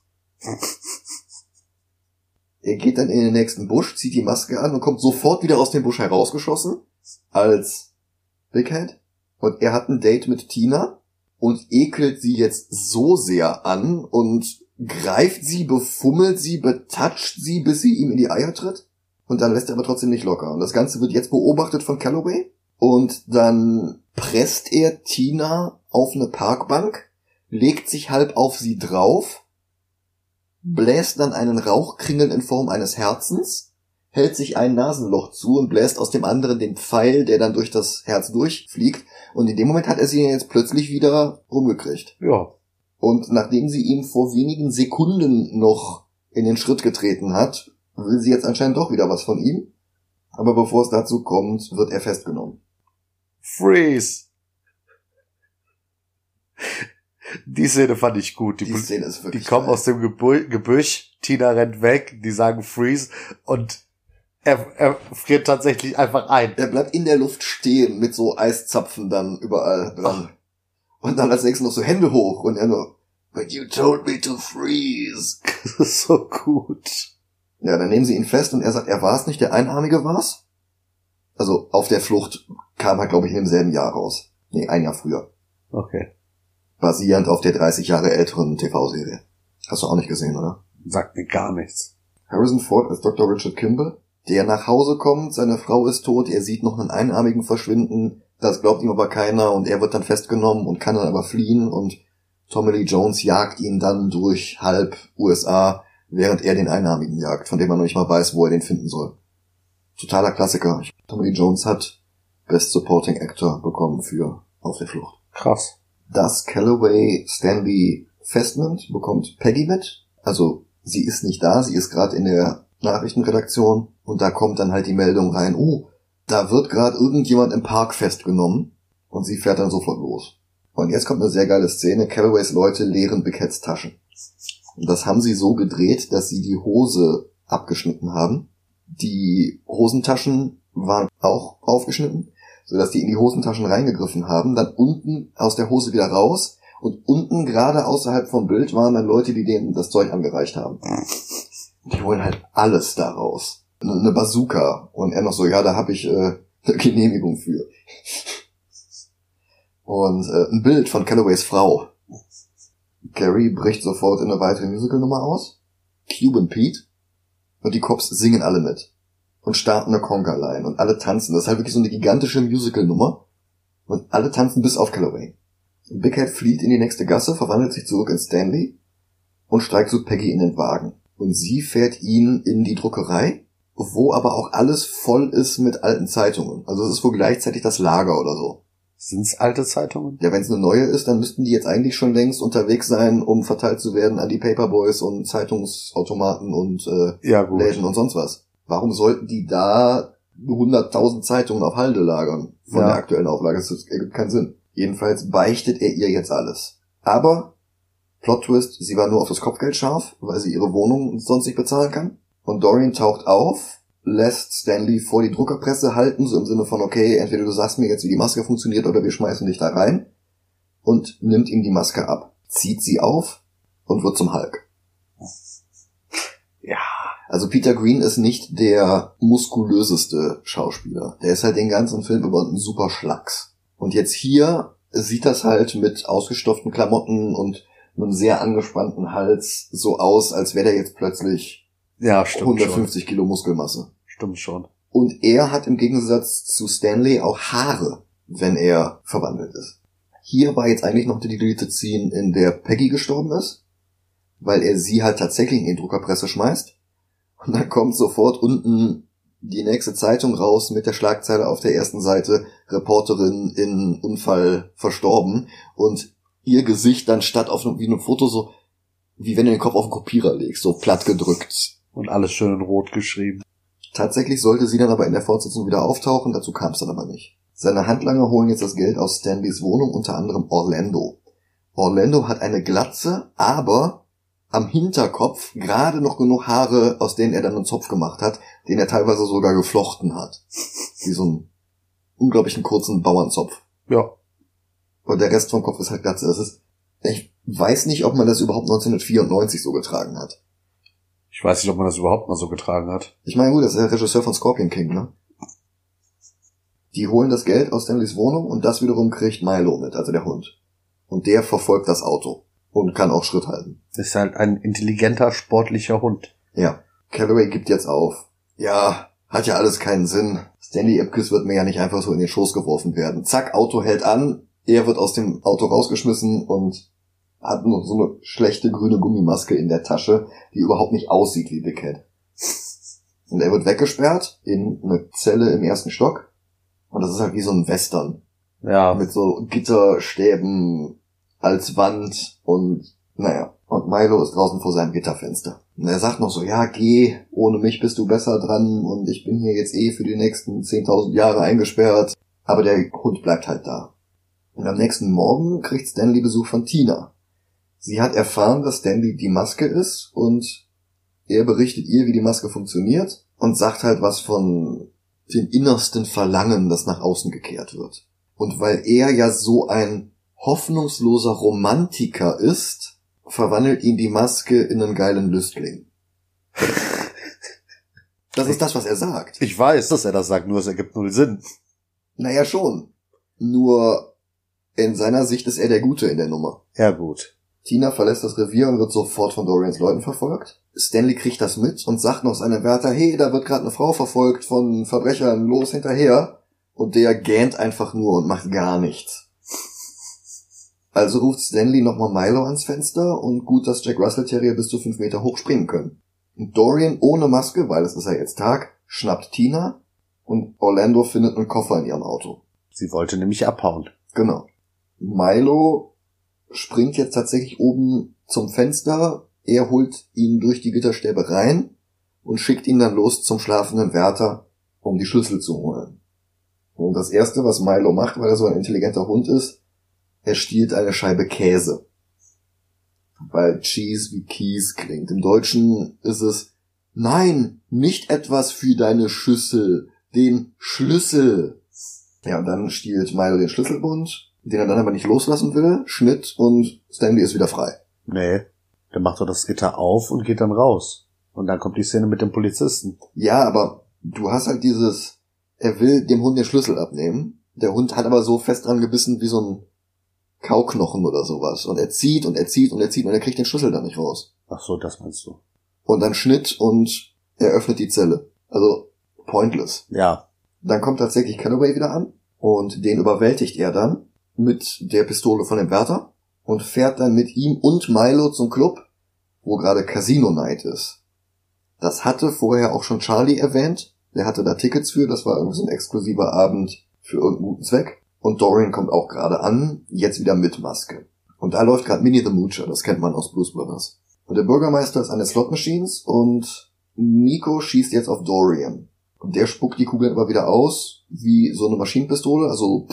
Er geht dann in den nächsten Busch, zieht die Maske an und kommt sofort wieder aus dem Busch herausgeschossen als Big Head. Und er hat ein Date mit Tina und ekelt sie jetzt so sehr an und greift sie, befummelt sie, betatscht sie, bis sie ihm in die Eier tritt. Und dann lässt er aber trotzdem nicht locker. Und das Ganze wird jetzt beobachtet von Calloway. Und dann presst er Tina auf eine Parkbank, legt sich halb auf sie drauf, bläst dann einen Rauchkringel in Form eines Herzens, hält sich ein Nasenloch zu und bläst aus dem anderen den Pfeil, der dann durch das Herz durchfliegt. Und in dem Moment hat er sie jetzt plötzlich wieder rumgekriegt. Ja. Und nachdem sie ihm vor wenigen Sekunden noch in den Schritt getreten hat, will sie jetzt anscheinend doch wieder was von ihm. Aber bevor es dazu kommt, wird er festgenommen. Freeze! Die Szene fand ich gut. Die Szene ist wirklich Die kommen geil. aus dem Gebüsch, Tina rennt weg, die sagen Freeze und er friert tatsächlich einfach ein. Er bleibt in der Luft stehen mit so Eiszapfen dann überall dran. Und dann als nächstes noch so Hände hoch und er nur, but you told me to freeze. Das ist so gut. Ja, dann nehmen sie ihn fest und er sagt, er war es nicht, der Einarmige war's. Also auf der Flucht kam er, glaube ich, in demselben Jahr raus. Nee, ein Jahr früher. Okay. Basierend auf der 30 Jahre älteren TV-Serie. Hast du auch nicht gesehen, oder? Sagt mir gar nichts. Harrison Ford ist Dr. Richard Kimball, der nach Hause kommt, seine Frau ist tot, er sieht noch einen Einarmigen verschwinden, das glaubt ihm aber keiner und er wird dann festgenommen und kann dann aber fliehen und Tommy Lee Jones jagt ihn dann durch halb USA, während er den Einarmigen jagt, von dem man noch nicht mal weiß, wo er den finden soll. Totaler Klassiker. Tommy Lee Jones hat Best Supporting Actor bekommen für Auf der Flucht. Krass. Dass Calloway Stanley festnimmt, bekommt Peggy mit. Also sie ist nicht da, sie ist gerade in der Nachrichtenredaktion und da kommt dann halt die Meldung rein, da wird gerade irgendjemand im Park festgenommen und sie fährt dann sofort los. Und jetzt kommt eine sehr geile Szene, Callaways Leute leeren Big Heads Taschen. Und das haben sie so gedreht, dass sie die Hose abgeschnitten haben. Die Hosentaschen waren auch aufgeschnitten, sodass die in die Hosentaschen reingegriffen haben, dann unten aus der Hose wieder raus Und unten, gerade außerhalb vom Bild, waren dann Leute, die denen das Zeug angereicht haben. Die holen halt alles daraus. Eine Bazooka. Und er noch so, ja, da habe ich eine Genehmigung für. Und ein Bild von Calloways Frau. Gary bricht sofort in eine weitere Musical-Nummer aus. Cuban Pete. Und die Cops singen alle mit. Und starten eine Conga-Line. Und alle tanzen. Das ist halt wirklich so eine gigantische Musical-Nummer. Und alle tanzen bis auf Calloway. Big Head flieht in die nächste Gasse, verwandelt sich zurück in Stanley und steigt zu Peggy in den Wagen. Und sie fährt ihn in die Druckerei, wo aber auch alles voll ist mit alten Zeitungen. Also es ist wohl gleichzeitig das Lager oder so. Sind's alte Zeitungen? Ja, wenn es eine neue ist, dann müssten die jetzt eigentlich schon längst unterwegs sein, um verteilt zu werden an die Paperboys und Zeitungsautomaten und Läden und sonst was. Warum sollten die da 100.000 Zeitungen auf Halde lagern von der aktuellen Auflage? Das ergibt keinen Sinn. Jedenfalls beichtet er ihr jetzt alles. Aber, Plot Twist, sie war nur auf das Kopfgeld scharf, weil sie ihre Wohnung sonst nicht bezahlen kann. Und Dorian taucht auf, lässt Stanley vor die Druckerpresse halten, so im Sinne von, okay, entweder du sagst mir jetzt, wie die Maske funktioniert, oder wir schmeißen dich da rein. Und nimmt ihm die Maske ab, zieht sie auf und wird zum Hulk. Ja. Also Peter Green ist nicht der muskulöseste Schauspieler. Der ist halt den ganzen Film über ein super Schlacks. Und jetzt hier sieht das halt mit ausgestopften Klamotten und einem sehr angespannten Hals so aus, als wäre der jetzt plötzlich 150 Kilo Muskelmasse. Stimmt schon. Und er hat im Gegensatz zu Stanley auch Haare, wenn er verwandelt ist. Hier war jetzt eigentlich noch die Deleted Scene, in der Peggy gestorben ist, weil er sie halt tatsächlich in die Druckerpresse schmeißt. Und dann kommt sofort unten die nächste Zeitung raus mit der Schlagzeile auf der ersten Seite: Reporterin in Unfall verstorben. Und ihr Gesicht dann statt auf wie einem Foto so, wie wenn du den Kopf auf den Kopierer legst, so platt gedrückt. Und alles schön in Rot geschrieben. Tatsächlich sollte sie dann aber in der Fortsetzung wieder auftauchen, dazu kam es dann aber nicht. Seine Handlanger holen jetzt das Geld aus Stanleys Wohnung, unter anderem Orlando. Orlando hat eine Glatze, aber am Hinterkopf gerade noch genug Haare, aus denen er dann einen Zopf gemacht hat, den er teilweise sogar geflochten hat. Wie so einen unglaublichen kurzen Bauernzopf. Ja. Und der Rest vom Kopf ist halt Glatze. Ich weiß nicht, ob man das überhaupt 1994 so getragen hat. Ich weiß nicht, ob man das überhaupt mal so getragen hat. Ich meine, gut, das ist der Regisseur von Scorpion King, ne? Die holen das Geld aus Stanleys Wohnung und das wiederum kriegt Milo mit, also der Hund. Und der verfolgt das Auto und kann auch Schritt halten. Das ist halt ein intelligenter, sportlicher Hund. Ja. Calloway gibt jetzt auf. Ja, hat ja alles keinen Sinn. Stanley Ipkiss wird mir ja nicht einfach so in den Schoß geworfen werden. Zack, Auto hält an, er wird aus dem Auto rausgeschmissen und hat nur so eine schlechte grüne Gummimaske in der Tasche, die überhaupt nicht aussieht wie Big Head. Und er wird weggesperrt in eine Zelle im ersten Stock. Und das ist halt wie so ein Western. Ja. Mit so Gitterstäben als Wand und naja. Und Milo ist draußen vor seinem Gitterfenster. Und er sagt noch so, ja, geh, ohne mich bist du besser dran und ich bin hier jetzt für die nächsten 10.000 Jahre eingesperrt. Aber der Hund bleibt halt da. Und am nächsten Morgen kriegt Stanley Besuch von Tina. Sie hat erfahren, dass Stanley die Maske ist und er berichtet ihr, wie die Maske funktioniert und sagt halt was von dem innersten Verlangen, das nach außen gekehrt wird. Und weil er ja so ein hoffnungsloser Romantiker ist, verwandelt ihn die Maske in einen geilen Lüstling. Das ist das, was er sagt. Ich weiß, dass er das sagt, nur es ergibt null Sinn. Naja, schon. Nur in seiner Sicht ist er der Gute in der Nummer. Ja, gut. Tina verlässt das Revier und wird sofort von Dorians Leuten verfolgt. Stanley kriegt das mit und sagt noch seinem Wärter, hey, da wird gerade eine Frau verfolgt von Verbrechern, los hinterher. Und der gähnt einfach nur und macht gar nichts. Also ruft Stanley nochmal Milo ans Fenster und gut, dass Jack Russell Terrier bis zu 5 Meter hoch springen können. Und Dorian ohne Maske, weil es ist ja jetzt Tag, schnappt Tina und Orlando findet einen Koffer in ihrem Auto. Sie wollte nämlich abhauen. Genau. Milo springt jetzt tatsächlich oben zum Fenster, er holt ihn durch die Gitterstäbe rein und schickt ihn dann los zum schlafenden Wärter, um die Schlüssel zu holen. Und das Erste, was Milo macht, weil er so ein intelligenter Hund ist, er stiehlt eine Scheibe Käse. Weil Cheese wie Kies klingt. Im Deutschen ist es, nein, nicht etwas für deine Schüssel, den Schlüssel. Ja, und dann stiehlt Milo den Schlüsselbund den er dann aber nicht loslassen will. Schnitt und Stanley ist wieder frei. Nee, dann macht er das Gitter auf und geht dann raus. Und dann kommt die Szene mit dem Polizisten. Ja, aber du hast halt er will dem Hund den Schlüssel abnehmen. Der Hund hat aber so fest dran gebissen wie so ein Kauknochen oder sowas. Und er zieht und er zieht und er zieht und er kriegt den Schlüssel dann nicht raus. Ach so, das meinst du. Und dann Schnitt und er öffnet die Zelle. Also pointless. Ja. Dann kommt tatsächlich Calloway wieder an und den überwältigt er dann mit der Pistole von dem Wärter und fährt dann mit ihm und Milo zum Club, wo gerade Casino Night ist. Das hatte vorher auch schon Charlie erwähnt. Der hatte da Tickets für. Das war irgendwie so ein exklusiver Abend für irgendeinen guten Zweck. Und Dorian kommt auch gerade an, jetzt wieder mit Maske. Und da läuft gerade Minnie the Moocher, das kennt man aus Blues Brothers. Und der Bürgermeister ist an den Slot Machines und Nico schießt jetzt auf Dorian. Und der spuckt die Kugeln aber wieder aus, wie so eine Maschinenpistole, also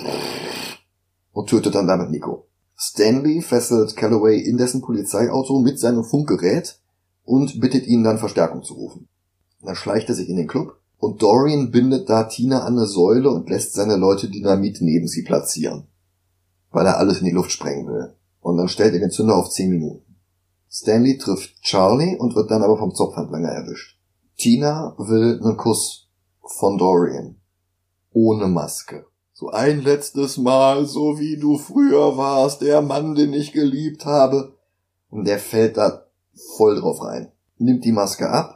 und tötet dann damit Nico. Stanley fesselt Calloway in dessen Polizeiauto mit seinem Funkgerät und bittet ihn dann Verstärkung zu rufen. Dann schleicht er sich in den Club und Dorian bindet da Tina an eine Säule und lässt seine Leute Dynamit neben sie platzieren, weil er alles in die Luft sprengen will. Und dann stellt er den Zünder auf 10 Minuten. Stanley trifft Charlie und wird dann aber vom Zopfhandlanger erwischt. Tina will einen Kuss von Dorian. Ohne Maske. So ein letztes Mal, so wie du früher warst, der Mann, den ich geliebt habe. Und der fällt da voll drauf rein. Nimmt die Maske ab.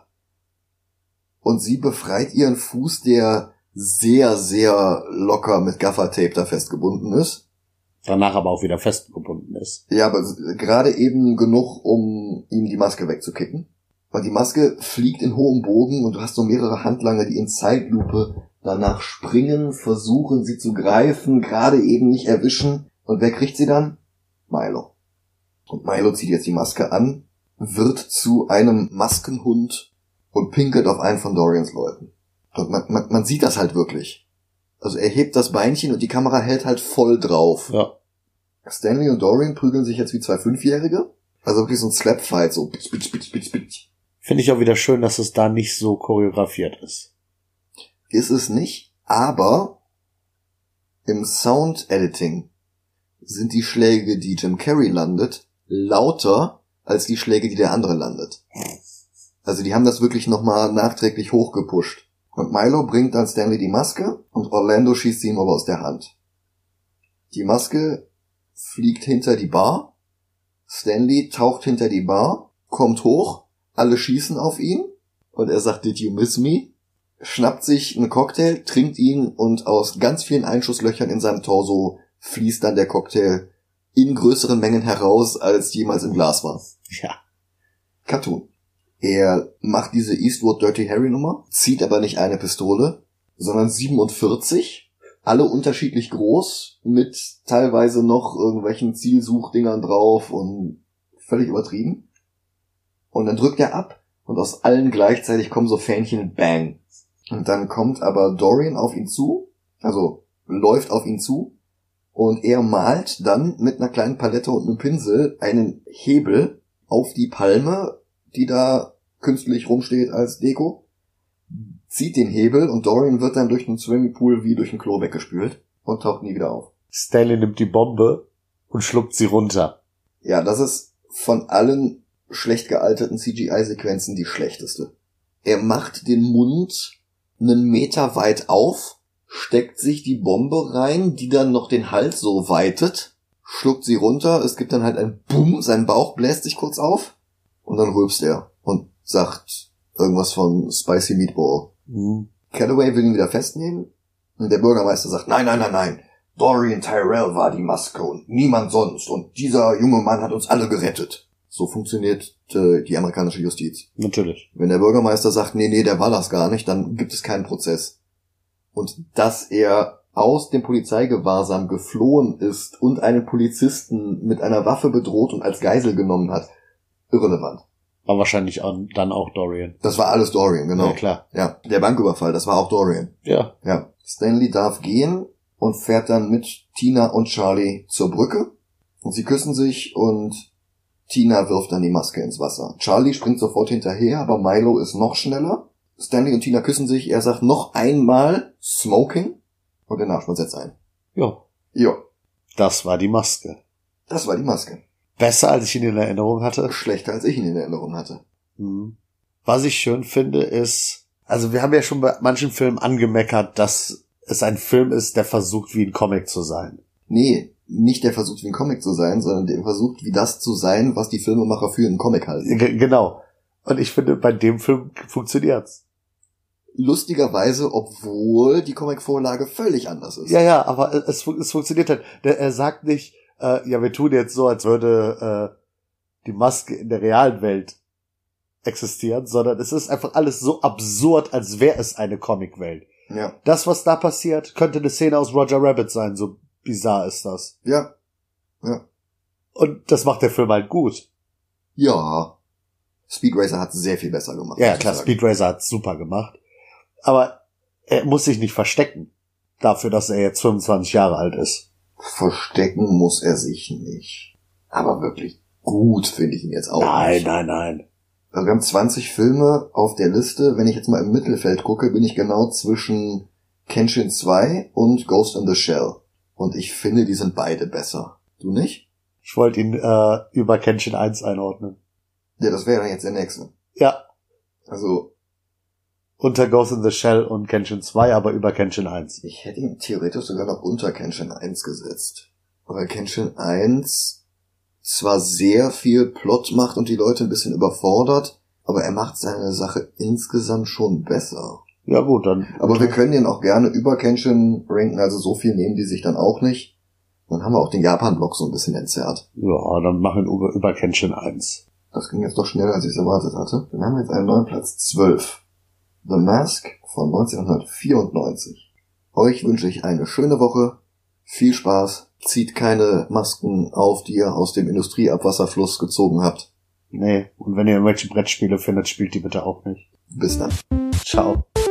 Und sie befreit ihren Fuß, der sehr, sehr locker mit Gaffertape da festgebunden ist. Danach aber auch wieder festgebunden ist. Ja, aber gerade eben genug, um ihm die Maske wegzukicken. Und die Maske fliegt in hohem Bogen und du hast so mehrere Handlanger, die in Zeitlupe danach springen, versuchen sie zu greifen, gerade eben nicht erwischen. Und wer kriegt sie dann? Milo. Und Milo zieht jetzt die Maske an, wird zu einem Maskenhund und pinkelt auf einen von Dorians Leuten. Und man sieht das halt wirklich. Also er hebt das Beinchen und die Kamera hält halt voll drauf. Ja. Stanley und Dorian prügeln sich jetzt wie 2 5-Jährige. Also wirklich so ein Slapfight, so bitch, bitch, bitch, bitch, bitch. Finde ich auch wieder schön, dass es da nicht so choreografiert ist. Ist es nicht, aber im Sound-Editing sind die Schläge, die Jim Carrey landet, lauter als die Schläge, die der andere landet. Also die haben das wirklich nochmal nachträglich hochgepusht. Und Milo bringt dann Stanley die Maske und Orlando schießt sie ihm aber aus der Hand. Die Maske fliegt hinter die Bar. Stanley taucht hinter die Bar, kommt hoch, alle schießen auf ihn und er sagt, "Did you miss me?" Schnappt sich einen Cocktail, trinkt ihn und aus ganz vielen Einschusslöchern in seinem Torso fließt dann der Cocktail in größeren Mengen heraus, als jemals im Glas war. Ja. Cartoon. Er macht diese Eastwood Dirty Harry Nummer, zieht aber nicht eine Pistole, sondern 47, alle unterschiedlich groß, mit teilweise noch irgendwelchen Zielsuchdingern drauf und völlig übertrieben. Und dann drückt er ab und aus allen gleichzeitig kommen so Fähnchen mit Bang. Und dann kommt aber Dorian auf ihn zu, also läuft auf ihn zu und er malt dann mit einer kleinen Palette und einem Pinsel einen Hebel auf die Palme, die da künstlich rumsteht als Deko, zieht den Hebel und Dorian wird dann durch den Swimmingpool wie durch ein Klo weggespült und taucht nie wieder auf. Stanley nimmt die Bombe und schluckt sie runter. Ja, das ist von allen schlecht gealterten CGI-Sequenzen die schlechteste. Er macht den Mund 1 Meter weit auf, steckt sich die Bombe rein, die dann noch den Hals so weitet, schluckt sie runter, es gibt dann halt ein Bumm, sein Bauch bläst sich kurz auf und dann rülpst er und sagt irgendwas von Spicy Meatball. Calloway will ihn wieder festnehmen und der Bürgermeister sagt, nein, Dorian Tyrell war die Maske und niemand sonst und dieser junge Mann hat uns alle gerettet. So funktioniert die amerikanische Justiz. Natürlich. Wenn der Bürgermeister sagt, nee, der war das gar nicht, dann gibt es keinen Prozess. Und dass er aus dem Polizeigewahrsam geflohen ist und einen Polizisten mit einer Waffe bedroht und als Geisel genommen hat, irrelevant. War wahrscheinlich dann auch Dorian. Das war alles Dorian, genau. Ja, klar. Ja, der Banküberfall, das war auch Dorian. Ja. Ja. Stanley darf gehen und fährt dann mit Tina und Charlie zur Brücke. Und sie küssen sich und Tina wirft dann die Maske ins Wasser. Charlie springt sofort hinterher, aber Milo ist noch schneller. Stanley und Tina küssen sich. Er sagt noch einmal Smoking und der Nachspann setzt ein. Ja. Ja. Das war die Maske. Das war die Maske. Besser, als ich ihn in Erinnerung hatte. Schlechter, als ich ihn in Erinnerung hatte. Was ich schön finde, ist, also wir haben ja schon bei manchen Filmen angemeckert, dass es ein Film ist, der versucht, wie ein Comic zu sein. Nee, nicht der versucht, wie ein Comic zu sein, sondern der versucht, wie das zu sein, was die Filmemacher für einen Comic halten. Genau. Und ich finde, bei dem Film funktioniert's. Lustigerweise, obwohl die Comicvorlage völlig anders ist. Ja, aber es funktioniert halt. Er sagt nicht, ja, wir tun jetzt so, als würde die Maske in der realen Welt existieren, sondern es ist einfach alles so absurd, als wäre es eine Comicwelt. Ja. Das, was da passiert, könnte eine Szene aus Roger Rabbit sein, so bizarr ist das. Ja. Und das macht der Film halt gut. Ja. Speed Racer hat sehr viel besser gemacht. Ja, klar, Speed Racer hat super gemacht. Aber er muss sich nicht verstecken. Dafür, dass er jetzt 25 Jahre alt ist. Verstecken muss er sich nicht. Aber wirklich gut finde ich ihn jetzt auch nicht. Nein. Also wir haben 20 Filme auf der Liste. Wenn ich jetzt mal im Mittelfeld gucke, bin ich genau zwischen Kenshin 2 und Ghost in the Shell. Und ich finde, die sind beide besser. Du nicht? Ich wollte ihn über Kenshin 1 einordnen. Ja, das wäre dann jetzt der nächste. Ja. Also unter Ghost in the Shell und Kenshin 2, aber über Kenshin 1. ich hätte ihn theoretisch sogar noch unter Kenshin 1 gesetzt. Weil Kenshin 1 zwar sehr viel Plot macht und die Leute ein bisschen überfordert, aber er macht seine Sache insgesamt schon besser. Ja gut, dann. Aber wir können ihn auch gerne über Kenshin ranken, also so viel nehmen die sich dann auch nicht. Dann haben wir auch den Japan-Block so ein bisschen entzerrt. Ja, dann machen wir über Kenshin 1. Das ging jetzt doch schneller, als ich es erwartet hatte. Dann haben wir jetzt einen neuen Platz 12. The Mask von 1994. Euch wünsche ich eine schöne Woche. Viel Spaß. Zieht keine Masken auf, die ihr aus dem Industrieabwasserfluss gezogen habt. Nee, und wenn ihr irgendwelche Brettspiele findet, spielt die bitte auch nicht. Bis dann. Ciao.